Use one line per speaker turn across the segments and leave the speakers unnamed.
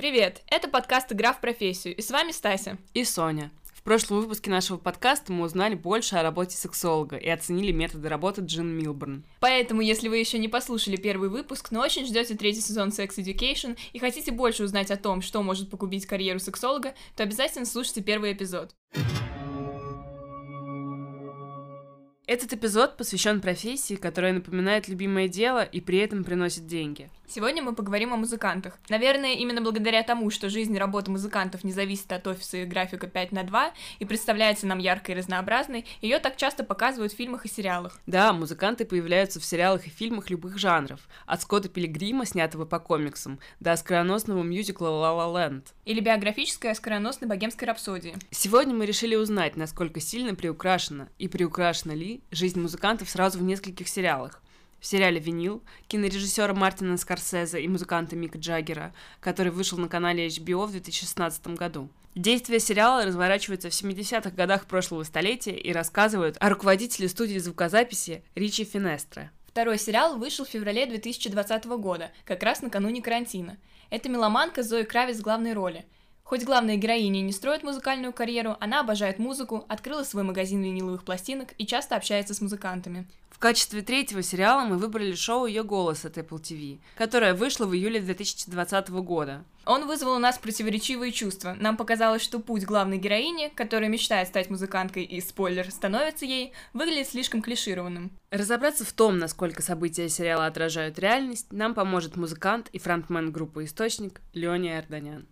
Привет! Это подкаст «Игра в профессию», и с вами Стася.
И Соня. В прошлом выпуске нашего подкаста мы узнали больше о работе сексолога и оценили методы работы Джин Милборн.
Поэтому, если вы еще не послушали первый выпуск, но очень ждете третий сезон Sex Education и хотите больше узнать о том, что может погубить карьеру сексолога, то обязательно слушайте первый эпизод.
Этот эпизод посвящен профессии, которая напоминает любимое дело и при этом приносит деньги.
Сегодня мы поговорим о музыкантах. Наверное, именно благодаря тому, что жизнь и работа музыкантов не зависит от офиса и графика 5/2 и представляется нам яркой и разнообразной, ее так часто показывают в фильмах и сериалах.
Да, музыканты появляются в сериалах и фильмах любых жанров, от Скотта Пилигрима, снятого по комиксам, до оскароносного мюзикла «Ла Ла Ленд».
Или биографической оскароносной богемской рапсодии.
Сегодня мы решили узнать, насколько сильно приукрашена и приукрашена ли жизнь музыкантов сразу в нескольких сериалах. В сериале «Винил» кинорежиссера Мартина Скорсезе и музыканта Мика Джаггера, который вышел на канале HBO в 2016 году. Действие сериала разворачивается в 70-х годах прошлого столетия и рассказывают о руководителе студии звукозаписи Ричи Финестре.
Второй сериал вышел в феврале 2020 года, как раз накануне карантина. Это меломанка Зои Кравец в главной роли. Хоть главная героиня не строит музыкальную карьеру, она обожает музыку, открыла свой магазин виниловых пластинок и часто общается с музыкантами.
В качестве третьего сериала мы выбрали шоу «Ее голос» от Apple TV, которое вышло в июле 2020 года.
Он вызвал у нас противоречивые чувства. Нам показалось, что путь главной героини, которая мечтает стать музыканткой и, спойлер, становится ей, выглядит слишком клишированным.
Разобраться в том, насколько события сериала отражают реальность, нам поможет музыкант и фронтмен группы «Источник» Лёня Арданян.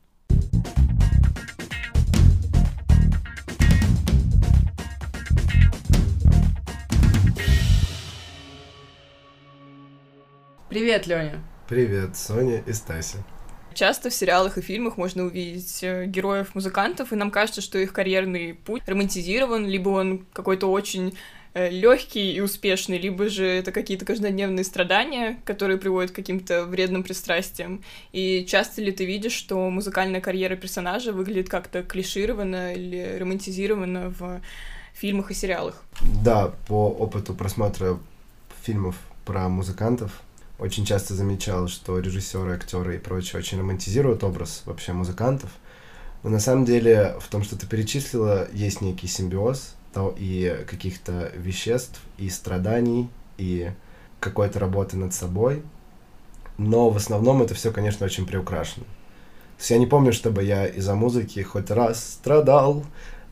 Привет, Лёня.
Привет, Соня и Стася.
Часто в сериалах и фильмах можно увидеть героев-музыкантов, и нам кажется, что их карьерный путь романтизирован, либо он какой-то очень легкий и успешный, либо же это какие-то каждодневные страдания, которые приводят к каким-то вредным пристрастиям. И часто ли ты видишь, что музыкальная карьера персонажа выглядит как-то клишированно или романтизировано в фильмах и сериалах?
Да, по опыту просмотра фильмов про музыкантов очень часто замечал, что режиссеры, актеры и прочее очень романтизируют образ вообще музыкантов. Но на самом деле в том, что ты перечислила, есть некий симбиоз и каких-то веществ, и страданий, и какой-то работы над собой. Но в основном это все, конечно, очень приукрашено. То есть я не помню, чтобы я из-за музыки хоть раз страдал.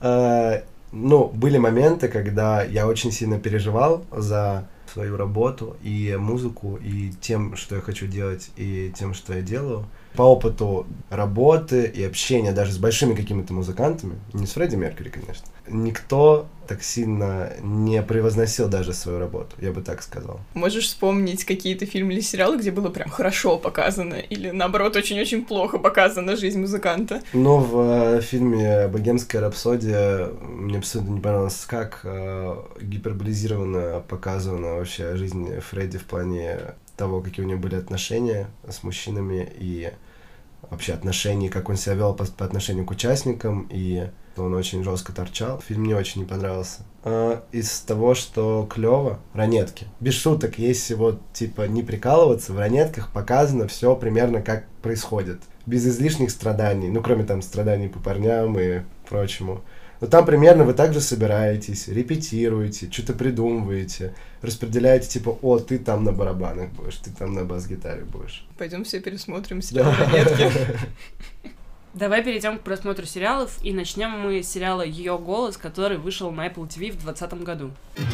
Были моменты, когда я очень сильно переживал за свою работу и музыку, и тем, что я хочу делать, и тем, что я делаю. По опыту работы и общения даже с большими какими-то музыкантами, не с Фредди Меркьюри, конечно, никто так сильно не превозносил даже свою работу, я бы так сказал.
Можешь вспомнить какие-то фильмы или сериалы, где было прям хорошо показано, или наоборот очень-очень плохо показана жизнь музыканта?
В фильме «Богемская рапсодия» мне абсолютно не понравилось, как гиперболизированно показана вообще жизнь Фредди в плане того, какие у него были отношения с мужчинами и вообще отношения, как он себя вел по отношению к участникам, и он очень жестко торчал. Фильм мне очень не понравился. Из того, что клево, ранетки. Без шуток, если не прикалываться, в ранетках показано все примерно как происходит. Без излишних страданий, кроме там страданий по парням и прочему. Но там примерно вы также собираетесь, репетируете, что-то придумываете, распределяете, ты там на барабанах будешь, ты там на бас-гитаре будешь.
Пойдем все пересмотрим сериал «Ранетки».
Давай перейдем к просмотру сериалов, и начнем мы с сериала «Ее голос», который вышел на Apple TV в 2020 году.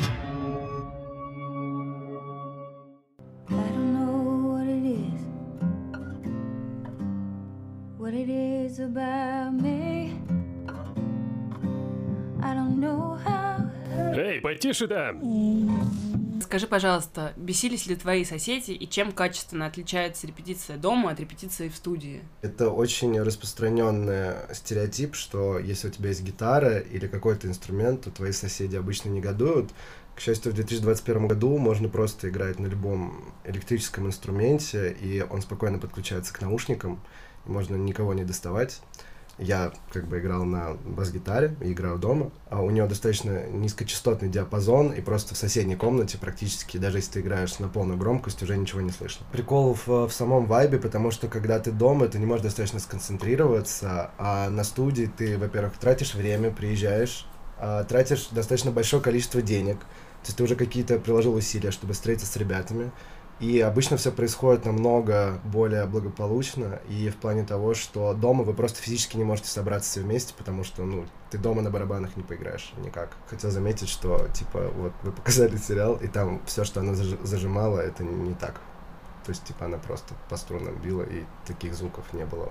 Эй, потише там!
Скажи, пожалуйста, бесились ли твои соседи и чем качественно отличается репетиция дома от репетиции в студии?
Это очень распространенный стереотип, что если у тебя есть гитара или какой-то инструмент, то твои соседи обычно негодуют. К счастью, в 2021 году можно просто играть на любом электрическом инструменте, и он спокойно подключается к наушникам, и можно никого не доставать. Я как бы играл на бас-гитаре и играю дома, а у него достаточно низкочастотный диапазон, и просто в соседней комнате практически, даже если ты играешь на полную громкость, уже ничего не слышно. Прикол в самом вайбе, потому что когда ты дома, ты не можешь достаточно сконцентрироваться, а на студии ты, во-первых, тратишь время, приезжаешь, тратишь достаточно большое количество денег, то есть ты уже какие-то приложил усилия, чтобы встретиться с ребятами. И обычно все происходит намного более благополучно, и в плане того, что дома вы просто физически не можете собраться все вместе, потому что, ну, ты дома на барабанах не поиграешь никак. Хотел заметить, что, типа, вот вы показали сериал, и там все, что она зажимала, это не так. То есть, типа, она просто по струнам била, и таких звуков не было.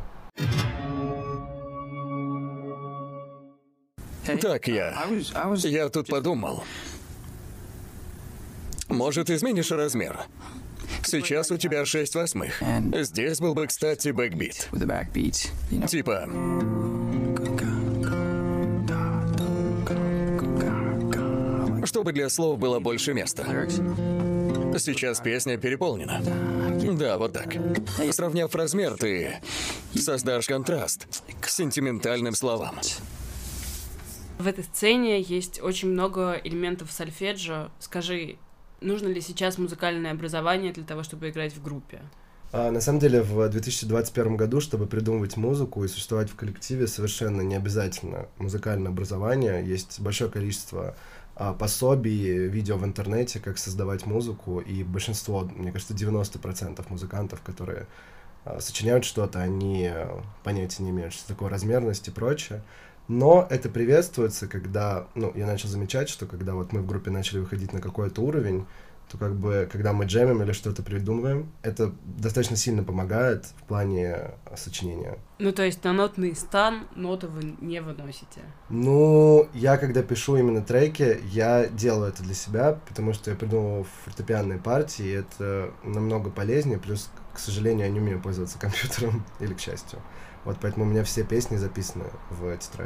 Так, я тут подумал. Может, изменишь размер? Сейчас у тебя 6/8. Здесь был бы, кстати, бэкбит. Типа... Чтобы для слов было больше места. Сейчас песня переполнена. Да, вот так. Сравняв размер, ты создашь контраст к сентиментальным словам.
В этой сцене есть очень много элементов сольфеджио. Скажи, нужно ли сейчас музыкальное образование для того, чтобы играть в группе?
На самом деле, в 2021 году, чтобы придумывать музыку и существовать в коллективе, совершенно не обязательно музыкальное образование. Есть большое количество пособий, видео в интернете, как создавать музыку, и большинство, мне кажется, 90% музыкантов, которые сочиняют что-то, они понятия не имеют, что такое размерность и прочее. Но это приветствуется, когда, я начал замечать, что когда вот мы в группе начали выходить на какой-то уровень, то как бы, когда мы джемим или что-то придумываем, это достаточно сильно помогает в плане сочинения.
Ну, то есть на нотный стан ноты вы не выносите?
Я когда пишу именно треки, я делаю это для себя, потому что я придумываю фортепианные партии, и это намного полезнее, плюс, к сожалению, я не умею пользоваться компьютером, или к счастью. Вот поэтому у меня все песни записаны в тетради.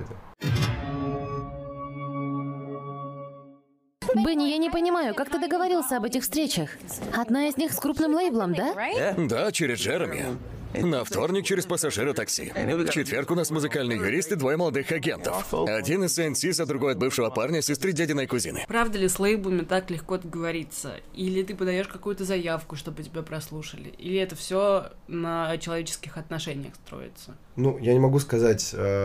Бенни, я не понимаю, как ты договорился об этих встречах? Одна из них с крупным лейблом, да?
Да, через Джереми. На вторник через пассажира такси. В четверг у нас музыкальные юристы, 2 молодых агентов. Один из Сент-Сис, а другой от бывшего парня, сестры дядиной кузины.
Правда ли с лейблами так легко договориться? Или ты подаешь какую-то заявку, чтобы тебя прослушали? Или это все на человеческих отношениях строится?
Я не могу сказать,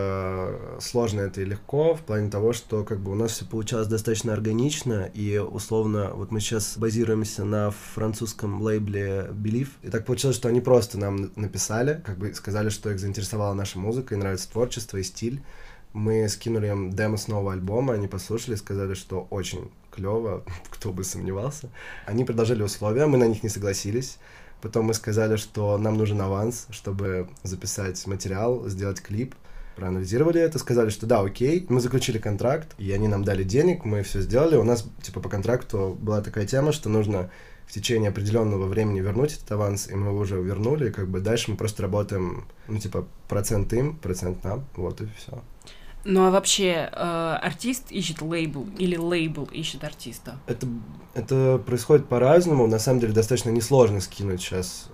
сложно это и легко, в плане того, что как бы у нас все получалось достаточно органично, и условно, вот мы сейчас базируемся на французском лейбле Believe, и так получилось, что они просто нам написали, как бы сказали, что их заинтересовала наша музыка, и нравится творчество и стиль. Мы скинули им демо с нового альбома, они послушали, сказали, что очень клево, кто бы сомневался. Они предложили условия, мы на них не согласились. Потом мы сказали, что нам нужен аванс, чтобы записать материал, сделать клип. Проанализировали это, сказали, что да, окей. Мы заключили контракт, и они нам дали денег, мы все сделали. У нас, по контракту была такая тема, что нужно в течение определенного времени вернуть этот аванс, и мы его уже вернули, и как бы дальше мы просто работаем, процент им, процент нам, вот и все.
Ну а вообще, артист ищет лейбл или лейбл ищет артиста?
Это происходит по-разному. На самом деле достаточно несложно скинуть сейчас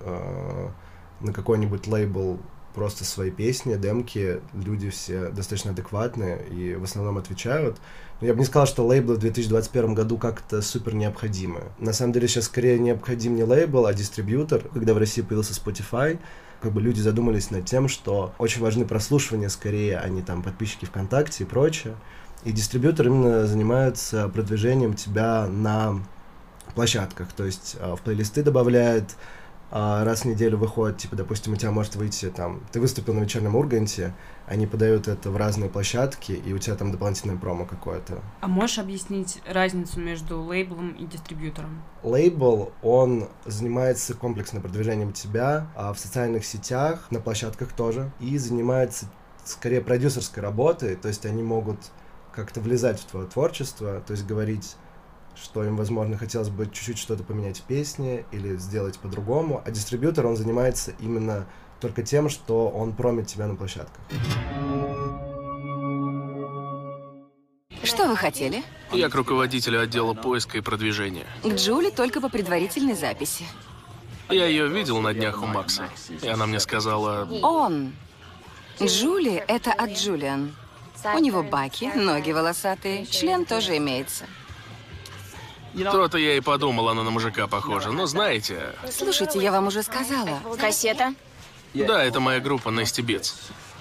на какой-нибудь лейбл просто свои песни, демки. Люди все достаточно адекватные и в основном отвечают. Но я бы не сказал, что лейблы в 2021 году как-то супер необходимы. На самом деле сейчас скорее необходим не лейбл, а дистрибьютор. Когда в России появился Spotify, как бы люди задумались над тем, что очень важны прослушивания скорее, а не там подписчики ВКонтакте и прочее. И дистрибьютор именно занимается продвижением тебя на площадках, то есть в плейлисты добавляет, раз в неделю выходит, допустим, у тебя может выйти ты выступил на вечернем Урганте, они подают это в разные площадки, и у тебя там дополнительное промо какое-то.
А можешь объяснить разницу между лейблом и дистрибьютором?
Лейбл, он занимается комплексным продвижением тебя в социальных сетях, на площадках тоже, и занимается скорее продюсерской работой, то есть они могут как-то влезать в твое творчество, то есть говорить, что им, возможно, хотелось бы чуть-чуть что-то поменять в песне или сделать по-другому, а дистрибьютор, он занимается именно только тем, что он промит тебя на площадках.
Что вы хотели?
Я к руководителю отдела поиска и продвижения.
К Джули только по предварительной записи.
Я ее видел на днях у Макса, и она мне сказала...
Он Джули — это от Джулиан. У него баки, ноги волосатые, член тоже имеется.
То-то я и подумал, она на мужика похожа. Но знаете...
Слушайте, я вам уже сказала.
Кассета?
Да, это моя группа Nasty Beats.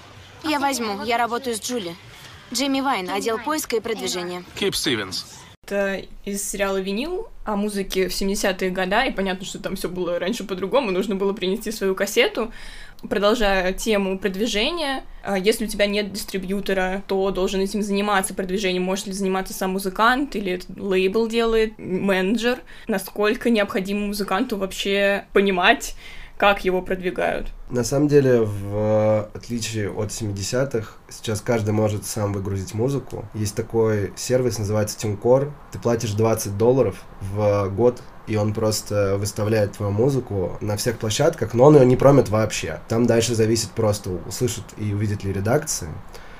Я возьму. Я работаю с Джули. Джейми Вайн, отдел поиска и продвижения.
Кип Стивенс.
Это из сериала «Винил» о музыке в 70-е годы, и понятно, что там все было раньше по-другому, нужно было принести свою кассету. Продолжая тему продвижения, если у тебя нет дистрибьютора, то должен этим заниматься продвижением. Может ли заниматься сам музыкант, или это лейбл делает, менеджер? Насколько необходимо музыканту вообще понимать, как его продвигают?
На самом деле, в отличие от 70-х, сейчас каждый может сам выгрузить музыку. Есть такой сервис, называется TuneCore. Ты платишь $20 в год, и он просто выставляет твою музыку на всех площадках, но он ее не промит вообще. Там дальше зависит просто, услышит и увидит ли редакции.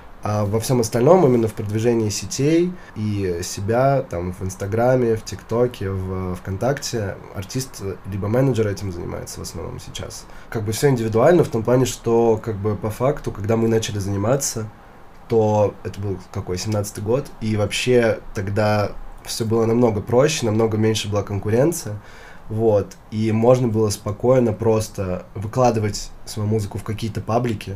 А во всем остальном, именно в продвижении сетей и себя, там, в Инстаграме, в ТикТоке, в ВКонтакте, артист либо менеджер этим занимается в основном сейчас. Как бы все индивидуально в том плане, что как бы по факту, когда мы начали заниматься, то это был какой, 17-й год, и вообще тогда все было намного проще, намного меньше была конкуренция, вот, и можно было спокойно просто выкладывать свою музыку в какие-то паблики,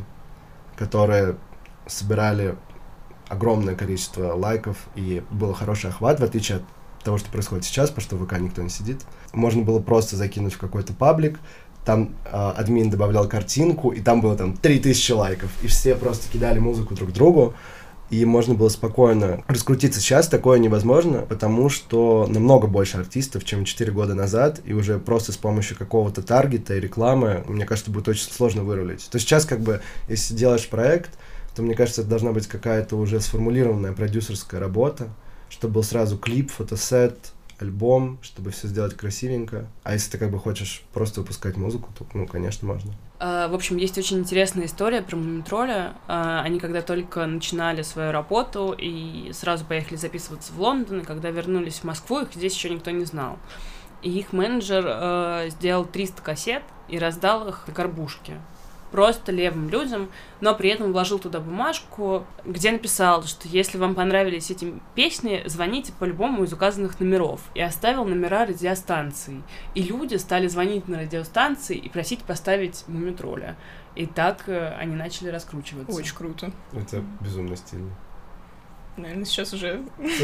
которые собирали огромное количество лайков, и был хороший охват, в отличие от того, что происходит сейчас, потому что в ВК никто не сидит. Можно было просто закинуть в какой-то паблик, там админ добавлял картинку, и там было там 3000 лайков, и все просто кидали музыку друг другу, и можно было спокойно раскрутиться. Сейчас такое невозможно, потому что намного больше артистов, чем 4 года назад, и уже просто с помощью какого-то таргета и рекламы, мне кажется, будет очень сложно вырулить. То есть сейчас как бы, если делаешь проект, то, мне кажется, это должна быть какая-то уже сформулированная продюсерская работа, чтобы был сразу клип, фотосет, альбом, чтобы все сделать красивенько. А если ты как бы хочешь просто выпускать музыку, то, ну, конечно, можно.
В общем, есть очень интересная история про Мумитроля. Они когда только начинали свою работу и сразу поехали записываться в Лондон, и когда вернулись в Москву, их здесь еще никто не знал. И их менеджер сделал 300 кассет и раздал их на горбушке. Просто левым людям, но при этом вложил туда бумажку, где написал, что если вам понравились эти песни, звоните по любому из указанных номеров. И оставил номера радиостанций. И люди стали звонить на радиостанции и просить поставить Мумитроля. И так они начали раскручиваться.
Очень круто.
Это безумно стильно.
Наверное, сейчас уже...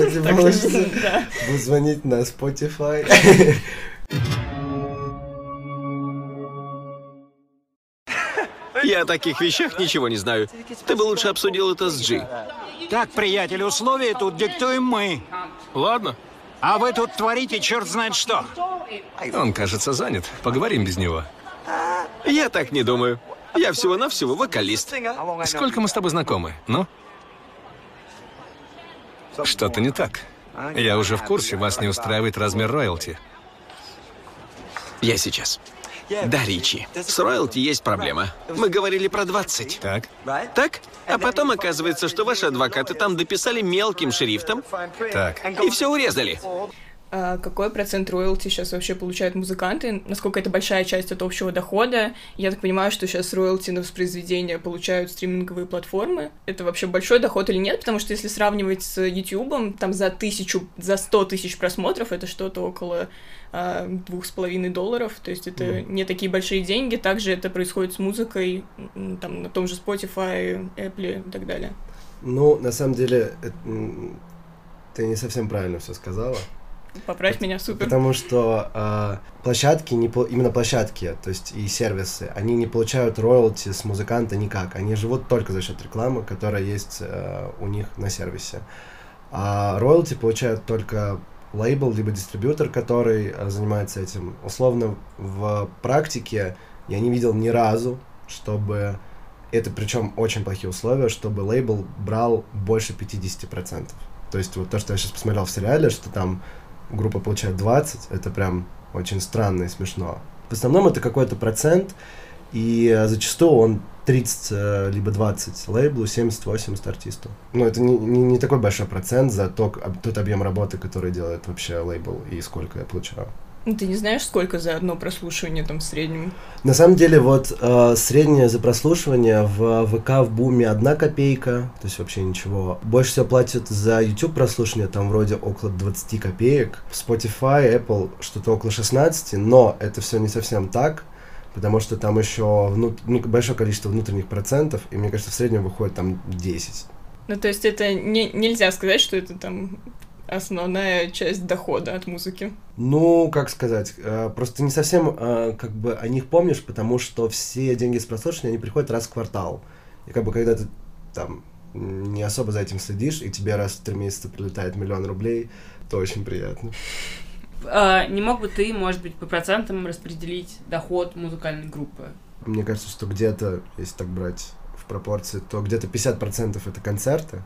Буду звонить на Spotify.
Я о таких вещах ничего не знаю. Ты бы лучше обсудил это с Джи.
Так, приятель, условия тут диктуем мы.
Ладно.
А вы тут творите черт знает что.
Он, кажется, занят. Поговорим без него.
Я так не думаю. Я всего-навсего вокалист.
Сколько мы с тобой знакомы? Ну? Что-то не так. Я уже в курсе, вас не устраивает размер роялти.
Я сейчас. Да, Ричи, с роялти есть проблема. Мы говорили про 20.
Так.
Так? А потом оказывается, что ваши адвокаты там дописали мелким шрифтом.
Так.
И все урезали.
А какой процент роялти сейчас вообще получают музыканты? Насколько это большая часть от общего дохода? Я так понимаю, что сейчас роялти на воспроизведение получают стриминговые платформы. Это вообще большой доход или нет? Потому что если сравнивать с YouTube, там за 100 тысяч просмотров это что-то около $2,5. То есть это не такие большие деньги. Также это происходит с музыкой там, на том же Spotify, Apple и так далее.
Ну, на самом деле, ты не совсем правильно все сказала.
Поправь меня, супер.
Потому что площадки, именно площадки, то есть и сервисы, они не получают роялти с музыканта никак. Они живут только за счет рекламы, которая есть у них на сервисе. А роялти получают только лейбл, либо дистрибьютор, который занимается этим. Условно, в практике я не видел ни разу, чтобы... Это причем очень плохие условия, чтобы лейбл брал больше 50%. То есть вот то, что я сейчас посмотрел в сериале, что там группа получает 20, это прям очень странно и смешно. В основном это какой-то процент, и зачастую он 30 либо 20 лейблу, 70-80 артисту. Но это не такой большой процент за тот объем работы, который делает вообще лейбл, и сколько я получаю.
Ты не знаешь, сколько за одно прослушивание там в среднем?
На самом деле, вот среднее за прослушивание в ВК в буме 1 копейка, то есть вообще ничего. Больше всего платят за YouTube прослушивание, там вроде около 20 копеек. Spotify, Apple что-то около 16, но это все не совсем так, потому что там еще большое количество внутренних процентов, и мне кажется, в среднем выходит там 10.
Ну, то есть это нельзя сказать, что это там основная часть дохода от музыки.
Ну, как сказать, просто не совсем как бы о них помнишь, потому что все деньги с прослушивания, они приходят раз в квартал. И как бы когда ты там не особо за этим следишь, и тебе раз в 3 месяца прилетает 1 000 000 рублей, то очень приятно.
Не мог бы ты, может быть, по процентам распределить доход музыкальной группы? Мне
кажется, что где-то, если так брать в пропорции, то где-то 50% это концерты,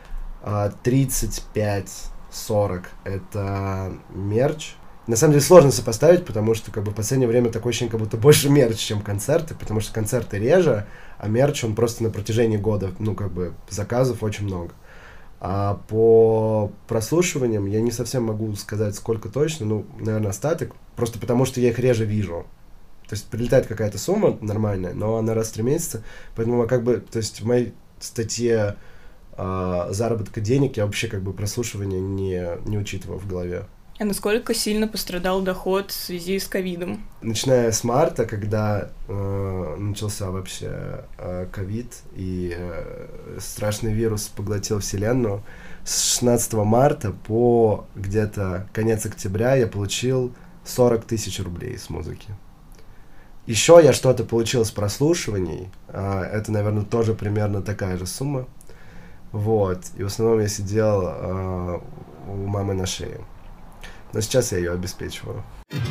35-40 это мерч. На самом деле сложно сопоставить, потому что как бы в последнее время такое ощущение, как будто больше мерч, чем концерты, потому что концерты реже, а мерч он просто на протяжении года, ну как бы заказов очень много. А по прослушиваниям я не совсем могу сказать, сколько точно, ну, наверное, остаток, просто потому что я их реже вижу. То есть прилетает какая-то сумма нормальная, но она раз в 3 месяца, поэтому как бы, то есть в моей статье заработка денег я вообще как бы прослушивание не учитывал в голове.
А насколько сильно пострадал доход в связи с ковидом?
Начиная с марта, когда начался вообще ковид и страшный вирус поглотил вселенную, с 16 марта по где-то конец октября я получил 40 000 рублей с музыки. Еще я что-то получил с прослушиваний, это, наверное, тоже примерно такая же сумма. Вот, и в основном я сидел у мамы на шее. Но сейчас я ее обеспечиваю.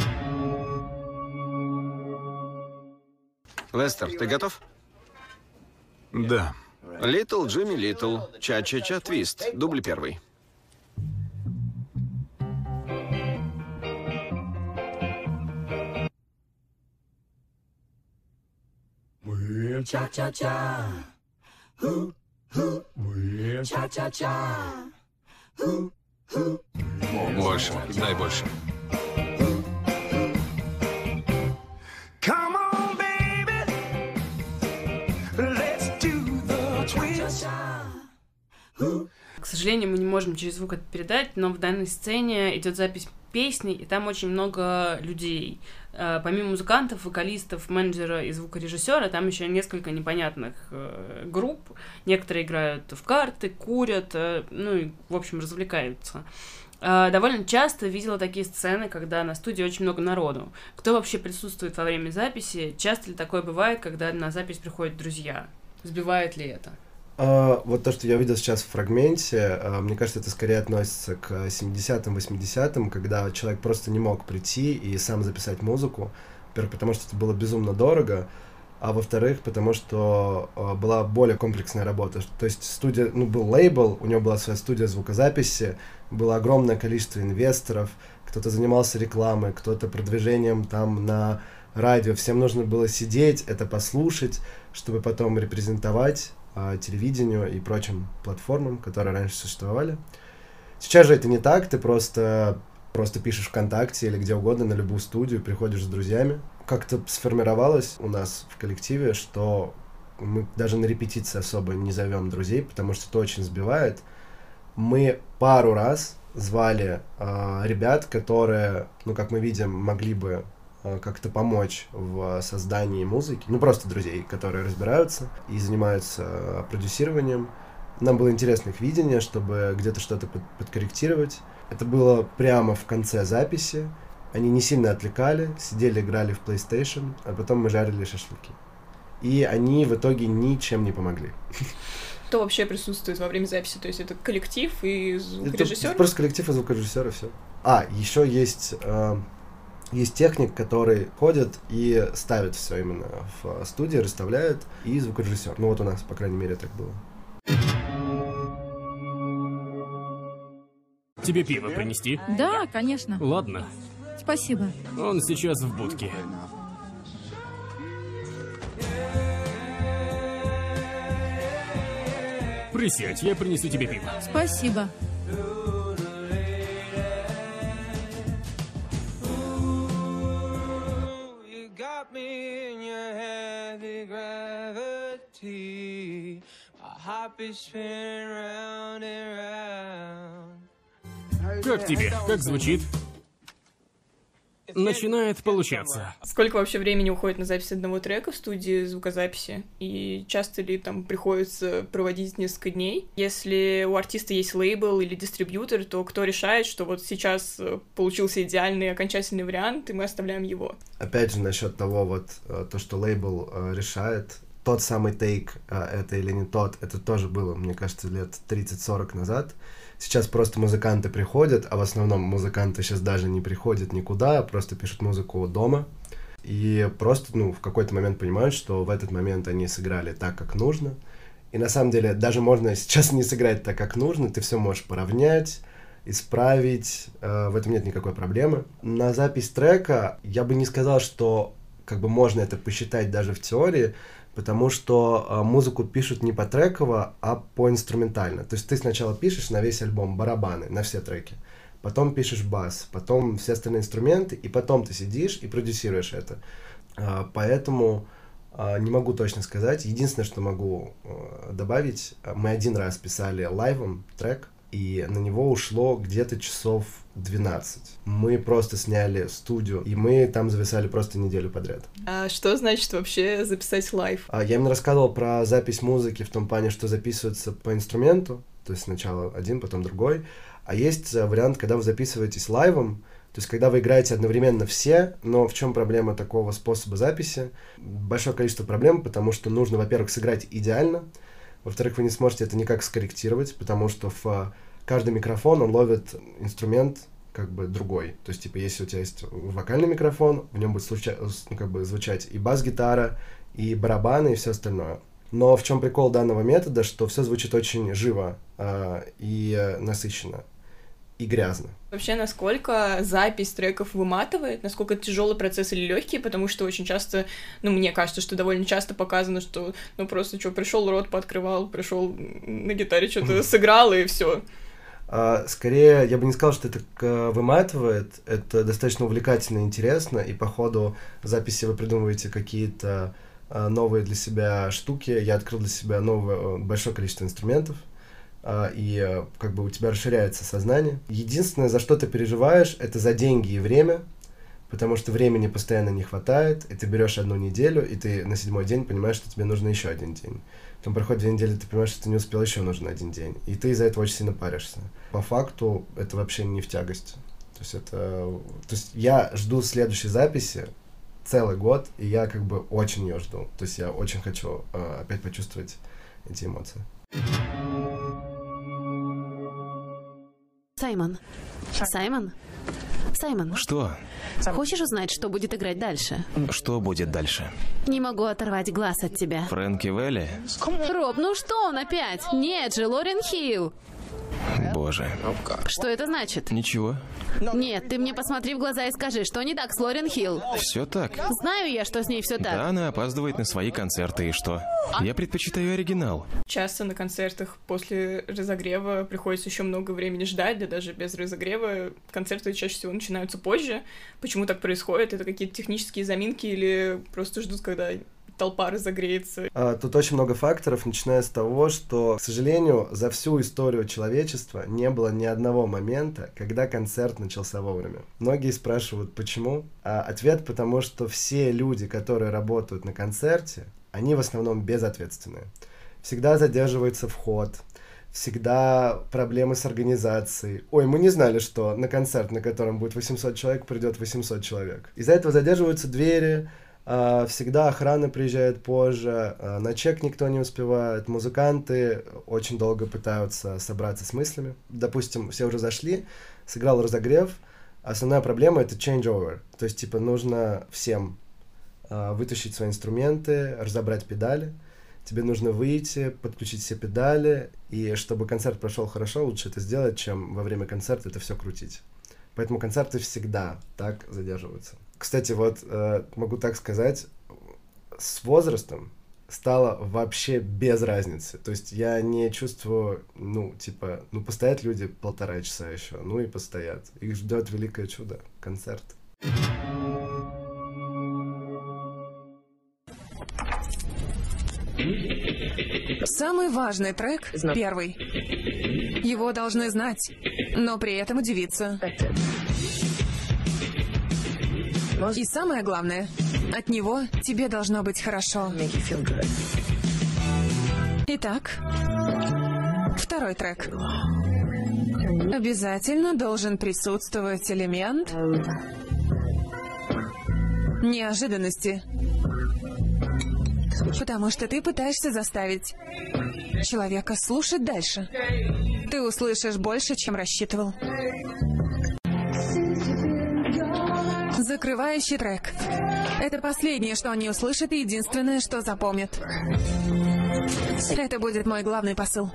Лестер, ты готов?
Да.
Литл Джимми Литл, Ча-Ча-Ча Твист, дубль 1.
Cha-cha-cha. Cha-cha-cha.
Больше, дай больше.
Come on, baby. Let's do the twist.
К сожалению, мы не можем через звук это передать, но в данной сцене идет запись песни, и там очень много людей. Помимо музыкантов, вокалистов, менеджера и звукорежиссера, там еще несколько непонятных групп. Некоторые играют в карты, курят, ну и, в общем, развлекаются. Довольно часто видела такие сцены, когда на студии очень много народу. Кто вообще присутствует во время записи? Часто ли такое бывает, когда на запись приходят друзья? Сбивает ли это?
Вот то, что я видел сейчас в фрагменте, мне кажется, это скорее относится к 70-м, 80-м, когда человек просто не мог прийти и сам записать музыку. Во-первых, потому что это было безумно дорого, а во-вторых, потому что была более комплексная работа. То есть студия, ну, был лейбл, у него была своя студия звукозаписи, было огромное количество инвесторов, кто-то занимался рекламой, кто-то продвижением там на радио. Всем нужно было сидеть, это послушать, чтобы потом репрезентовать телевидению и прочим платформам, которые раньше существовали. Сейчас же это не так, ты просто пишешь ВКонтакте или где угодно на любую студию, приходишь с друзьями. Как-то сформировалось у нас в коллективе, что мы даже на репетиции особо не зовем друзей, потому что это очень сбивает. Мы пару раз звали ребят, которые, ну, как мы видим, могли бы как-то помочь в создании музыки. Ну, просто друзей, которые разбираются и занимаются продюсированием. Нам было интересно их видение, чтобы где-то что-то подкорректировать. Это было прямо в конце записи. Они не сильно отвлекали, сидели, играли в PlayStation, а потом мы жарили шашлыки. И они в итоге ничем не помогли.
Кто вообще присутствует во время записи? То есть это коллектив и звукорежиссер?
Это просто коллектив и звукорежиссер, и все. Еще есть техник, который ходит и ставит все именно в студии, расставляет, и звукорежиссер. Ну вот у нас, по крайней мере, так было.
Тебе пиво принести?
Да, конечно.
Ладно.
Спасибо.
Он сейчас в будке. Присядь, я принесу тебе пиво.
Спасибо.
Как тебе? Как звучит? Начинает получаться.
Сколько вообще времени уходит на запись одного трека в студии звукозаписи? И часто ли там приходится проводить несколько дней? Если у артиста есть лейбл или дистрибьютор, то кто решает, что вот сейчас получился идеальный окончательный вариант, и мы оставляем его?
Опять же, насчет того, вот то, что лейбл решает, тот самый тейк, это или не тот, это тоже было, мне кажется, лет 30-40 назад. Сейчас просто музыканты приходят, а в основном музыканты сейчас даже не приходят никуда, просто пишут музыку дома. И просто, в какой-то момент понимают, что в этот момент они сыграли так, как нужно. И на самом деле даже можно сейчас не сыграть так, как нужно, ты все можешь поравнять, исправить, в этом нет никакой проблемы. На запись трека я бы не сказал, что можно это посчитать даже в теории, потому что музыку пишут не по-треково, а по-инструментально. То есть ты сначала пишешь на весь альбом барабаны, на все треки, потом пишешь бас, потом все остальные инструменты, и потом ты сидишь и продюсируешь это. Поэтому не могу точно сказать. Единственное, что могу добавить, мы один раз писали лайвом трек, и на него ушло где-то часов 12. Мы просто сняли студию, и мы там зависали просто неделю подряд.
А что значит вообще записать лайв?
Я именно рассказывал про запись музыки в том плане, что записывается по инструменту, то есть сначала один, потом другой. А есть вариант, когда вы записываетесь лайвом, то есть когда вы играете одновременно все, но в чем проблема такого способа записи? Большое количество проблем, потому что нужно, во-первых, сыграть идеально, во-вторых, вы не сможете это никак скорректировать, потому что в каждый микрофон, он ловит инструмент другой. То есть, если у тебя есть вокальный микрофон, в нем будет звучать и бас-гитара, и барабаны, и все остальное. Но в чем прикол данного метода, что все звучит очень живо и насыщенно, и грязно.
Вообще, насколько запись треков выматывает, насколько тяжелый процесс или легкий, потому что очень часто, мне кажется, что довольно часто показано, что, просто пришел, рот пооткрывал, пришел на гитаре что-то сыграл, и все.
Скорее, я бы не сказал, что это выматывает, это достаточно увлекательно и интересно, и по ходу записи вы придумываете какие-то новые для себя штуки. Я открыл для себя большое количество инструментов, и у тебя расширяется сознание. Единственное, за что ты переживаешь, это за деньги и время, потому что времени постоянно не хватает, и ты берешь одну неделю, и ты на 7-й день понимаешь, что тебе нужно еще один день. Потом проходит 2 недели, ты понимаешь, что ты не успел, еще нужен 1 день. И ты из-за этого очень сильно паришься. По факту это вообще не в тягость. То есть я жду следующей записи целый год, и я очень ее жду. То есть я очень хочу опять почувствовать эти эмоции.
Саймон. Саймон.
Что?
Хочешь узнать, что будет играть дальше?
Что будет дальше?
Не могу оторвать глаз от тебя.
Фрэнки Вэлли?
Роб, что он опять? Нет же, Лорен Хилл.
Боже.
Что это значит?
Ничего.
Нет, ты мне посмотри в глаза и скажи, что не так с Лорен Хилл.
Все так.
Знаю я, что с ней все так.
Да, она опаздывает на свои концерты, и что? Я предпочитаю оригинал.
Часто на концертах после разогрева приходится еще много времени ждать, да даже без разогрева концерты чаще всего начинаются позже. Почему так происходит? Это какие-то технические заминки или просто ждут, когда толпа разогреется?
Тут очень много факторов, начиная с того, что, к сожалению, за всю историю человечества не было ни одного момента, когда концерт начался вовремя. Многие спрашивают, почему? Ответ, потому что все люди, которые работают на концерте, они в основном безответственные. Всегда задерживается вход, всегда проблемы с организацией. Ой, мы не знали, что на концерт, на котором будет 800 человек, придет 800 человек. Из-за этого задерживаются двери, всегда охрана приезжает позже, на чек никто не успевает, музыканты очень долго пытаются собраться с мыслями. Допустим, все уже зашли, сыграл разогрев, основная проблема — это changeover, то есть, нужно всем вытащить свои инструменты, разобрать педали, тебе нужно выйти, подключить все педали, и чтобы концерт прошел хорошо, лучше это сделать, чем во время концерта это все крутить. Поэтому концерты всегда так задерживаются. Кстати, могу так сказать, с возрастом стало вообще без разницы. То есть я не чувствую, постоят люди 1,5 часа еще, и постоят. Их ждет великое чудо — концерт.
Самый важный трек — первый. Его должны знать, но при этом удивиться. И самое главное, от него тебе должно быть хорошо. Итак, второй трек. Обязательно должен присутствовать элемент неожиданности. Потому что ты пытаешься заставить человека слушать дальше. Ты услышишь больше, чем рассчитывал. Закрывающий трек. Это последнее, что они услышат, и единственное, что запомнят. Это будет мой главный посыл.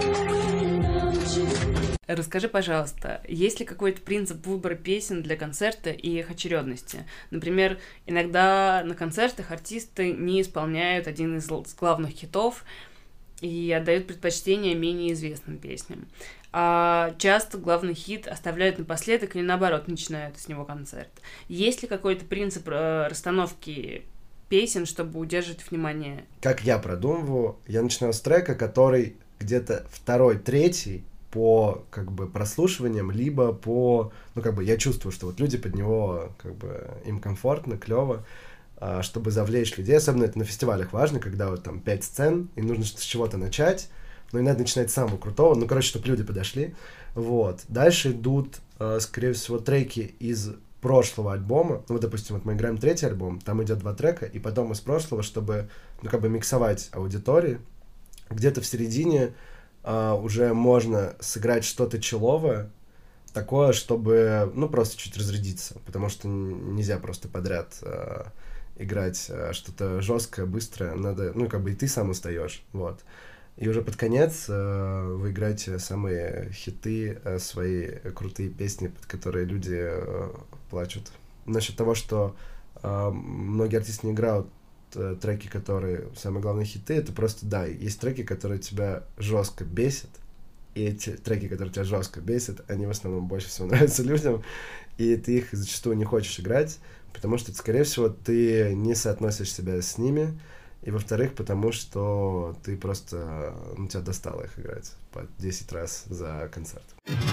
Расскажи, пожалуйста, есть ли какой-то принцип выбора песен для концерта и их очередности? Например, иногда на концертах артисты не исполняют один из главных хитов и отдают предпочтение менее известным песням. А часто главный хит оставляют напоследок или наоборот начинают с него концерт. Есть ли какой-то принцип расстановки песен, чтобы удерживать внимание?
Как я продумываю, я начинаю с трека, который где-то второй, третий по как бы прослушиваниям, либо по, ну как бы я чувствую, что вот люди под него как бы им комфортно, клево, чтобы завлечь людей, особенно это на фестивалях важно, когда вот там 5 сцен, и нужно с чего-то начать, но и надо начинать с самого крутого, ну короче, чтобы люди подошли, вот. Дальше идут, скорее всего, треки из прошлого альбома, ну, допустим, вот мы играем третий альбом, там идет 2 трека, и потом из прошлого, чтобы, ну, как бы миксовать аудитории, где-то в середине уже можно сыграть что-то человое, такое, чтобы, ну, просто чуть разрядиться, потому что нельзя просто подряд играть что-то жесткое, быстрое, надо, ну, как бы и ты сам устаешь, вот. И уже под конец вы играете самые хиты, свои крутые песни, под которые люди плачут. Насчет того, что многие артисты не играют треки, которые самые главные хиты, это просто, да, есть треки, которые тебя жестко бесят, и эти треки, которые тебя жестко бесят, они в основном больше всего нравятся людям, и ты их зачастую не хочешь играть, потому что, скорее всего, ты не соотносишь себя с ними, и, во-вторых, потому что ты просто, ну, тебя достало их играть по 10 раз за концерт.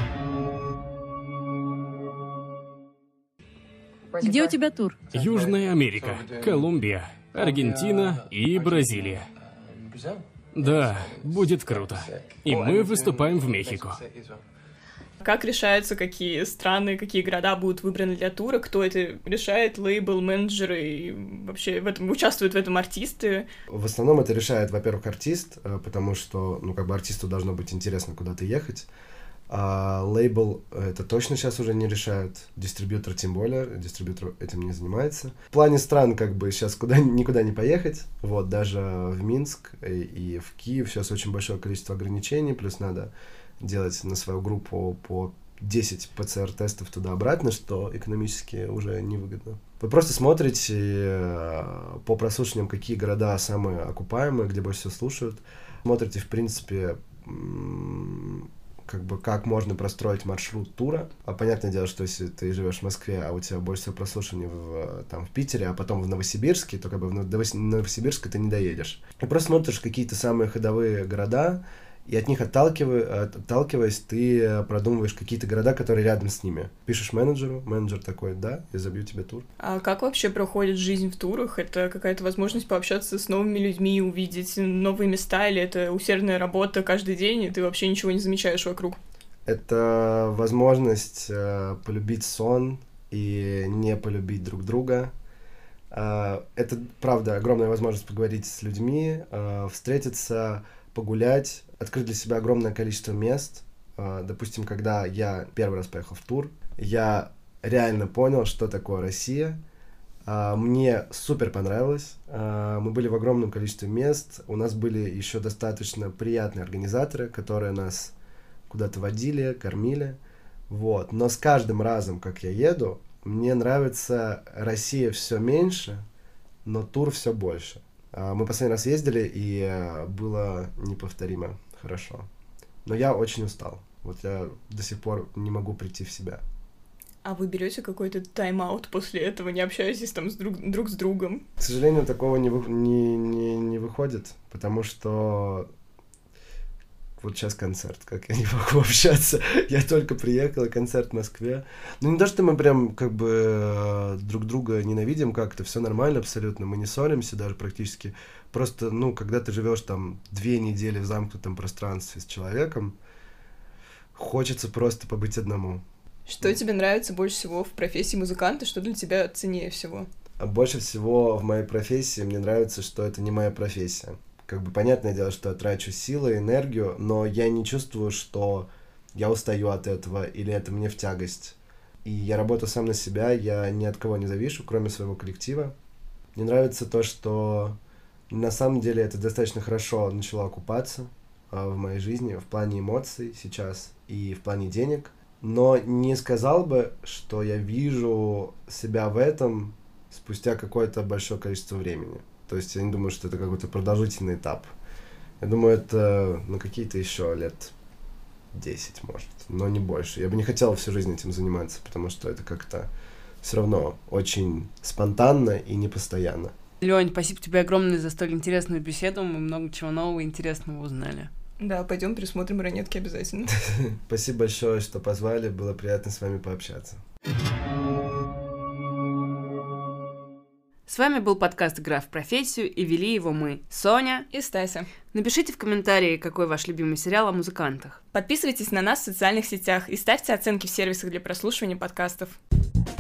Где у тебя тур?
Южная Америка, Колумбия, Аргентина и Бразилия. Да, будет круто. И мы выступаем в Мехико.
Как решается, какие страны, какие города будут выбраны для тура? Кто это решает? Лейбл, менеджеры и вообще участвуют в этом артисты?
В основном это решает, во-первых, артист, потому что, ну, как бы артисту должно быть интересно куда-то ехать. А лейбл это точно сейчас уже не решает, дистрибьютор тем более, дистрибьютор этим не занимается. В плане стран как бы сейчас никуда не поехать, вот, даже в Минск и в Киев сейчас очень большое количество ограничений, плюс надо делать на свою группу по 10 ПЦР-тестов туда-обратно, что экономически уже невыгодно. Вы просто смотрите по прослушиваниям, какие города самые окупаемые, где больше всего слушают. Смотрите, в принципе, как бы как можно простроить маршрут тура. А понятное дело, что если ты живешь в Москве, а у тебя больше всего прослушиваний там, в Питере, а потом в Новосибирске, то как бы в Новосибирск ты не доедешь. И просто смотришь какие-то самые ходовые города, и от них отталкиваясь, ты продумываешь какие-то города, которые рядом с ними. Пишешь менеджеру, менеджер такой, да, я забью тебе тур.
А как вообще проходит жизнь в турах? Это какая-то возможность пообщаться с новыми людьми, увидеть новые места, или это усердная работа каждый день, и ты вообще ничего не замечаешь вокруг?
Это возможность полюбить сон и не полюбить друг друга. Это, правда, огромная возможность поговорить с людьми, встретиться, погулять, открыть для себя огромное количество мест. Допустим, когда я первый раз поехал в тур, я реально понял, что такое Россия. Мне супер понравилось. Мы были в огромном количестве мест. У нас были еще достаточно приятные организаторы, которые нас куда-то водили, кормили. Вот. Но с каждым разом, как я еду, мне нравится Россия все меньше, но тур все больше. Мы последний раз ездили, и было неповторимо хорошо. Но я очень устал. Вот я до сих пор не могу прийти в себя.
А вы берете какой-то тайм-аут после этого, не общаетесь там друг с другом?
К сожалению, такого не выходит, потому что вот сейчас концерт, как я не могу общаться. Я только приехал, и концерт в Москве. Ну, не то, что мы прям как бы друг друга ненавидим как-то, все нормально абсолютно, мы не ссоримся даже практически. Просто, ну, когда ты живешь там 2 недели в замкнутом пространстве с человеком, хочется просто побыть одному.
Что тебе нравится больше всего в профессии музыканта? Что для тебя ценнее всего?
А больше всего в моей профессии мне нравится, что это не моя профессия. Как бы понятное дело, что я трачу силы, энергию, но я не чувствую, что я устаю от этого или это мне в тягость. И я работаю сам на себя, я ни от кого не завишу, кроме своего коллектива. Мне нравится то, что на самом деле это достаточно хорошо начало окупаться в моей жизни в плане эмоций сейчас и в плане денег. Но не сказал бы, что я вижу себя в этом спустя какое-то большое количество времени. То есть я не думаю, что это какой-то продолжительный этап. Я думаю, это на какие-то еще лет 10, может, но не больше. Я бы не хотел всю жизнь этим заниматься, потому что это как-то все равно очень спонтанно и непостоянно.
Лёнь, спасибо тебе огромное за столь интересную беседу. Мы много чего нового и интересного узнали.
Да, пойдем пересмотрим «Ранетки» обязательно.
Спасибо большое, что позвали. Было приятно с вами пообщаться.
С вами был подкаст «Игра в профессию», и вели его мы, Соня
и Стася.
Напишите в комментарии, какой ваш любимый сериал о музыкантах.
Подписывайтесь на нас в социальных сетях и ставьте оценки в сервисах для прослушивания подкастов.